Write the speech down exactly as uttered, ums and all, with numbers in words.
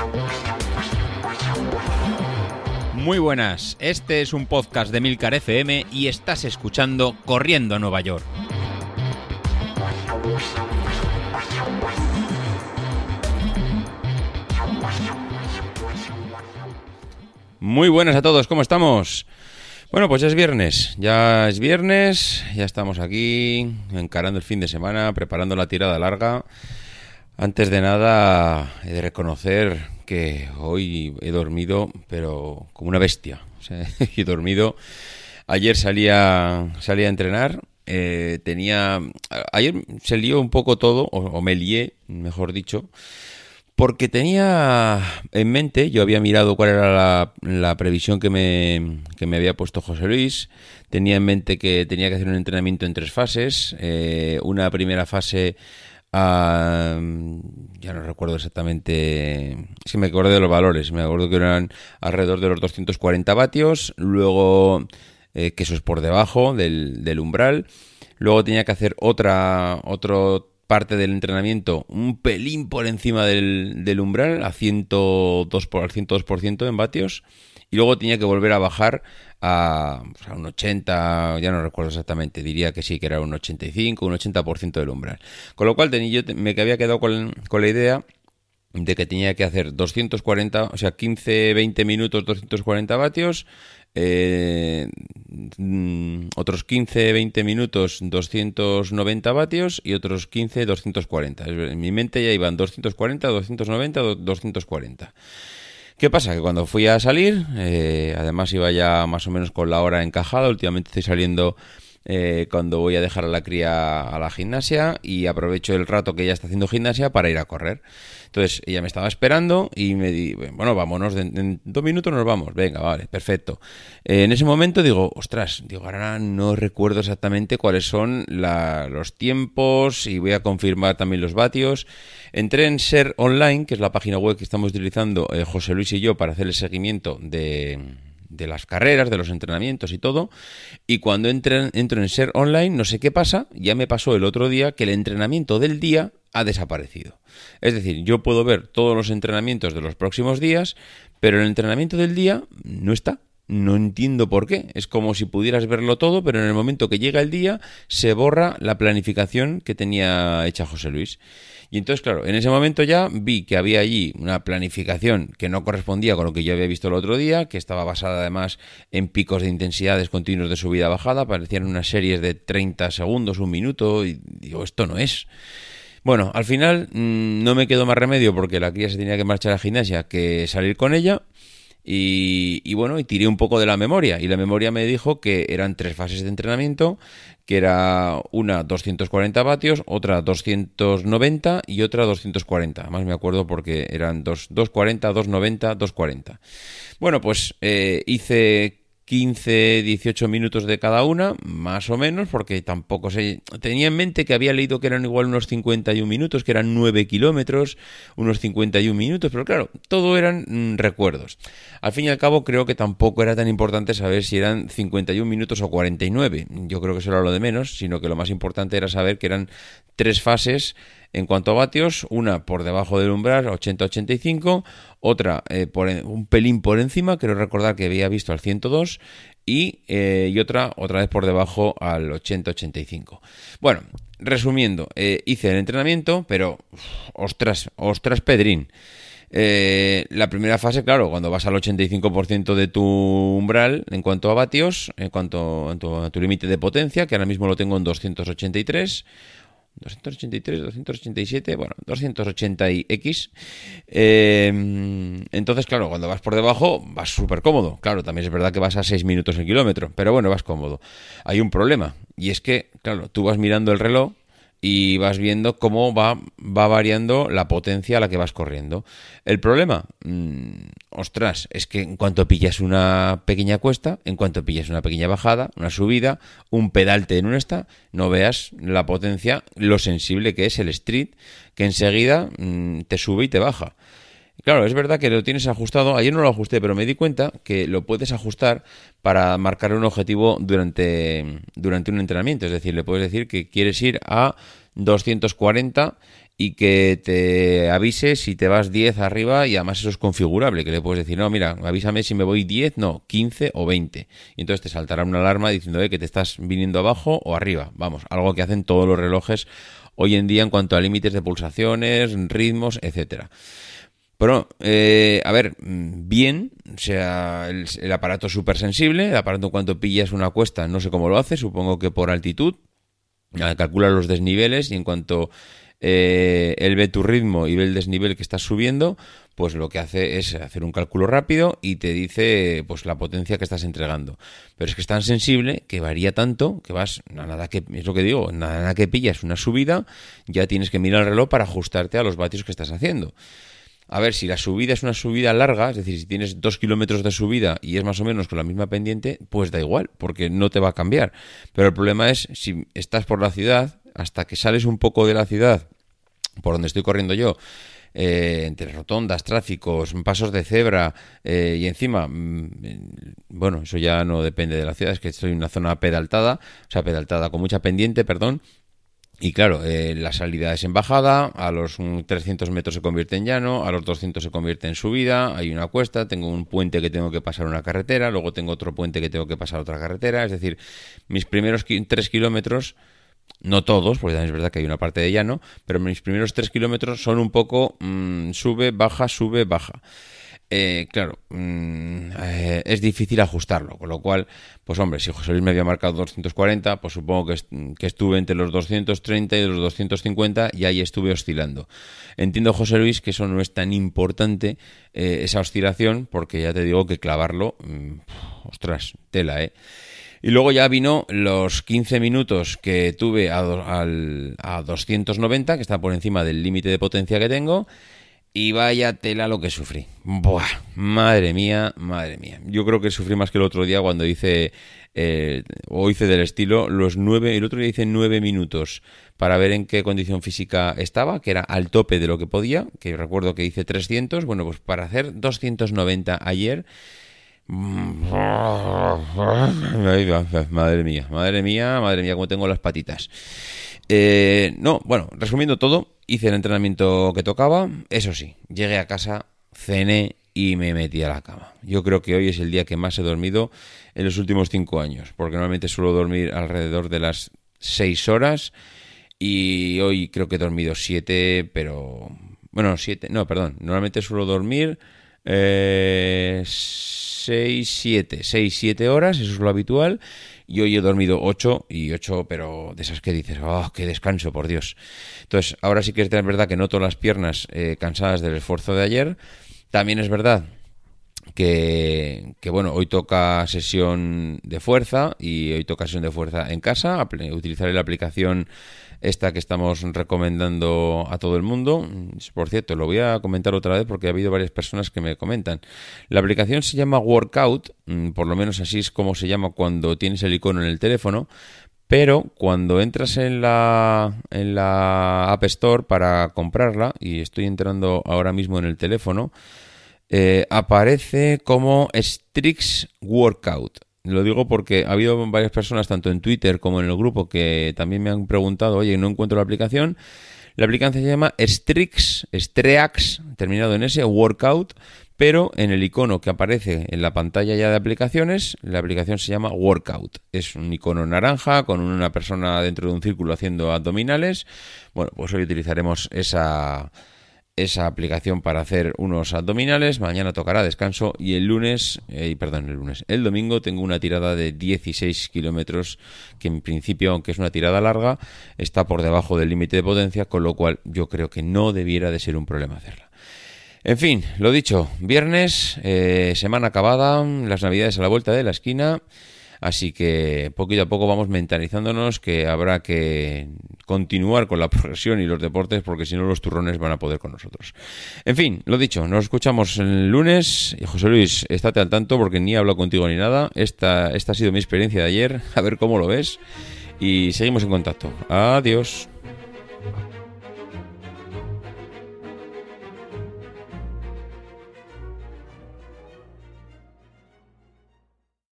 Muy buenas, este es un podcast de Milcar F M y estás escuchando Corriendo a Nueva York. Muy buenas a todos, ¿cómo estamos? Bueno, pues ya es viernes, ya es viernes, ya estamos aquí encarando el fin de semana, preparando la tirada larga. Antes de nada, he de reconocer que hoy he dormido, pero como una bestia. O sea, he dormido. Ayer salía, salía a entrenar. Eh, tenía. Ayer se lió un poco todo, o, o me lié, mejor dicho, porque tenía en mente, yo había mirado cuál era la, la previsión que me, que me había puesto José Luis. Tenía en mente que tenía que hacer un entrenamiento en tres fases. Eh, una primera fase. Uh, ya no recuerdo exactamente, es que me acuerdo de los valores, me acuerdo que eran alrededor de los doscientos cuarenta vatios, luego eh, que eso es por debajo del, del umbral, luego tenía que hacer otra otra parte del entrenamiento un pelín por encima del, del umbral a ciento dos por, al ciento dos por ciento en vatios, y luego tenía que volver a bajar a, pues a un ochenta, ya no recuerdo exactamente, diría que sí, que era un ochenta y cinco, un ochenta por ciento del umbral. Con lo cual tenía, yo me había quedado con, con la idea de que tenía que hacer doscientos cuarenta, o sea, quince veinte minutos, doscientos cuarenta vatios, eh, otros quince veinte minutos, doscientos noventa vatios y otros quince, doscientos cuarenta. En mi mente ya iban doscientos cuarenta, doscientos noventa, doscientos cuarenta. ¿Qué pasa? Que cuando fui a salir, eh, además iba ya más o menos con la hora encajada. Últimamente estoy saliendo eh, cuando voy a dejar a la cría a la gimnasia y aprovecho el rato que ella está haciendo gimnasia para ir a correr. Entonces ella me estaba esperando y me di, bueno, vámonos, en, en dos minutos nos vamos. Venga, vale, perfecto. Eh, en ese momento digo, ostras, digo, ahora no recuerdo exactamente cuáles son la, los tiempos y voy a confirmar también los vatios. Entré en Ser Online, que es la página web que estamos utilizando eh, José Luis y yo para hacer el seguimiento de, de las carreras, de los entrenamientos y todo. Y cuando entré, entro en Ser Online, no sé qué pasa, ya me pasó el otro día que el entrenamiento del día ha desaparecido. Es decir, yo puedo ver todos los entrenamientos de los próximos días, pero el entrenamiento del día no está. No entiendo por qué. Es como si pudieras verlo todo, pero en el momento que llega el día se borra la planificación que tenía hecha José Luis. Y entonces, claro, en ese momento ya vi que había allí una planificación que no correspondía con lo que yo había visto el otro día, que estaba basada además en picos de intensidades continuos de subida-bajada, parecían unas series de treinta segundos, un minuto, y digo, esto no es. Bueno, al final mmm, no me quedó más remedio porque la cría se tenía que marchar a gimnasia que salir con ella. Y, y bueno, y tiré un poco de la memoria y la memoria me dijo que eran tres fases de entrenamiento, que era una doscientos cuarenta vatios, otra doscientos noventa y otra doscientos cuarenta. Además me acuerdo porque eran dos, doscientos cuarenta, doscientos noventa, doscientos cuarenta. Bueno, pues eh, hice quince, dieciocho minutos de cada una, más o menos, porque tampoco sé. Tenía en mente que había leído que eran igual unos cincuenta y un minutos, que eran nueve kilómetros, unos cincuenta y un minutos, pero claro, todo eran mmm, recuerdos. Al fin y al cabo, creo que tampoco era tan importante saber si eran cincuenta y un minutos o cuarenta y nueve. Yo creo que eso era lo de menos, sino que lo más importante era saber que eran tres fases. En cuanto a vatios, una por debajo del umbral, ochenta a ochenta y cinco, otra eh, por en, un pelín por encima, quiero recordar que había visto al ciento dos, y, eh, y otra otra vez por debajo al ochenta a ochenta y cinco. Bueno, resumiendo, eh, hice el entrenamiento, pero uf, ostras, ostras Pedrín. Eh, la primera fase, claro, cuando vas al ochenta y cinco por ciento de tu umbral en cuanto a vatios, en cuanto a tu, a tu límite de potencia, que ahora mismo lo tengo en doscientos ochenta y tres, doscientos ochenta y tres, doscientos ochenta y siete, bueno, doscientos ochenta y X. Eh, entonces, claro, cuando vas por debajo vas súper cómodo. Claro, también es verdad que vas a seis minutos el kilómetro, pero bueno, vas cómodo. Hay un problema, y es que, claro, tú vas mirando el reloj y vas viendo cómo va, va variando la potencia a la que vas corriendo. El problema, mmm, ostras, es que en cuanto pillas una pequeña cuesta, en cuanto pillas una pequeña bajada, una subida, un pedalte en un esta, no veas la potencia, lo sensible que es el street, que enseguida mmm, te sube y te baja. Claro, es verdad que lo tienes ajustado. Ayer no lo ajusté, pero me di cuenta que lo puedes ajustar para marcar un objetivo durante, durante un entrenamiento. Es decir, le puedes decir que quieres ir a doscientos cuarenta y que te avise si te vas diez arriba, y además eso es configurable, que le puedes decir, no, mira, avísame si me voy diez, no, quince o veinte. Y entonces te saltará una alarma diciendo eh, que te estás viniendo abajo o arriba. Vamos, algo que hacen todos los relojes hoy en día en cuanto a límites de pulsaciones, ritmos, etcétera. Pero, eh, a ver, bien, o sea, el, el aparato es súper sensible, el aparato en cuanto pillas una cuesta, no sé cómo lo hace, supongo que por altitud, calcula los desniveles y en cuanto eh, él ve tu ritmo y ve el desnivel que estás subiendo, pues lo que hace es hacer un cálculo rápido y te dice pues la potencia que estás entregando. Pero es que es tan sensible que varía tanto que vas, nada que, es lo que digo, nada que pillas una subida, ya tienes que mirar el reloj para ajustarte a los vatios que estás haciendo. A ver, si la subida es una subida larga, es decir, si tienes dos kilómetros de subida y es más o menos con la misma pendiente, pues da igual, porque no te va a cambiar. Pero el problema es, si estás por la ciudad, hasta que sales un poco de la ciudad, por donde estoy corriendo yo, eh, entre rotondas, tráficos, pasos de cebra, eh, y encima, mmm, bueno, eso ya no depende de la ciudad, es que estoy en una zona pedaltada, o sea, pedaltada con mucha pendiente, perdón. Y claro, eh, la salida es en bajada, a los um, trescientos metros se convierte en llano, a los doscientos se convierte en subida, hay una cuesta, tengo un puente que tengo que pasar una carretera, luego tengo otro puente que tengo que pasar otra carretera, es decir, mis primeros ki- tres kilómetros, no todos, porque también es verdad que hay una parte de llano, pero mis primeros tres kilómetros son un poco mmm, sube, baja, sube, baja. Eh, claro, mmm, eh, es difícil ajustarlo, con lo cual, pues hombre, si José Luis me había marcado doscientos cuarenta, pues supongo que, est- que estuve entre los doscientos treinta y los doscientos cincuenta y ahí estuve oscilando. Entiendo, José Luis, que eso no es tan importante, eh, esa oscilación, porque ya te digo que clavarlo, mmm, ostras, tela, ¿eh? Y luego ya vino los quince minutos que tuve a, do, al, a doscientos noventa, que está por encima del límite de potencia que tengo. Y vaya tela lo que sufrí. Buah, madre mía, madre mía. Yo creo que sufrí más que el otro día cuando hice, eh, o hice del estilo, los nueve, el otro día hice nueve minutos para ver en qué condición física estaba, que era al tope de lo que podía, que recuerdo que hice trescientos, bueno, pues para hacer doscientos noventa ayer, madre mía, madre mía, madre mía, cómo tengo las patitas. Eh, no, bueno, resumiendo todo, hice el entrenamiento que tocaba, eso sí, llegué a casa, cené y me metí a la cama. Yo creo que hoy es el día que más he dormido en los últimos cinco años, porque normalmente suelo dormir alrededor de las seis horas y hoy creo que he dormido siete, pero... Bueno, siete, no, perdón, normalmente suelo dormir eh, seis, siete, seis, siete horas, eso es lo habitual. Y hoy he dormido ocho y ocho, pero de esas que dices, ¡oh, qué descanso, por Dios! Entonces, ahora sí que es verdad que noto las piernas eh, cansadas del esfuerzo de ayer. También es verdad que, que, bueno, hoy toca sesión de fuerza y hoy toca sesión de fuerza en casa. Utilizaré la aplicación esta que estamos recomendando a todo el mundo. Por cierto, lo voy a comentar otra vez porque ha habido varias personas que me comentan. La aplicación se llama Workout, por lo menos así es como se llama cuando tienes el icono en el teléfono, pero cuando entras en la, en la App Store para comprarla, y estoy entrando ahora mismo en el teléfono, eh, aparece como Strix Workout. Lo digo porque ha habido varias personas, tanto en Twitter como en el grupo, que también me han preguntado, oye, no encuentro la aplicación. La aplicación se llama Strix, Streax, terminado en S, Workout, pero en el icono que aparece en la pantalla ya de aplicaciones, la aplicación se llama Workout. Es un icono naranja con una persona dentro de un círculo haciendo abdominales. Bueno, pues hoy utilizaremos esa... esa aplicación para hacer unos abdominales. Mañana tocará descanso y el lunes, eh, perdón, el lunes, el domingo tengo una tirada de dieciséis kilómetros que en principio, aunque es una tirada larga, está por debajo del límite de potencia, con lo cual yo creo que no debiera de ser un problema hacerla. En fin, lo dicho, viernes, eh, semana acabada, las navidades a la vuelta de la esquina. Así que poquito a poco vamos mentalizándonos que habrá que continuar con la progresión y los deportes, porque si no los turrones van a poder con nosotros. En fin, lo dicho, nos escuchamos el lunes. Y José Luis, estate al tanto porque ni he hablado contigo ni nada. Esta, esta ha sido mi experiencia de ayer, a ver cómo lo ves. Y seguimos en contacto. Adiós.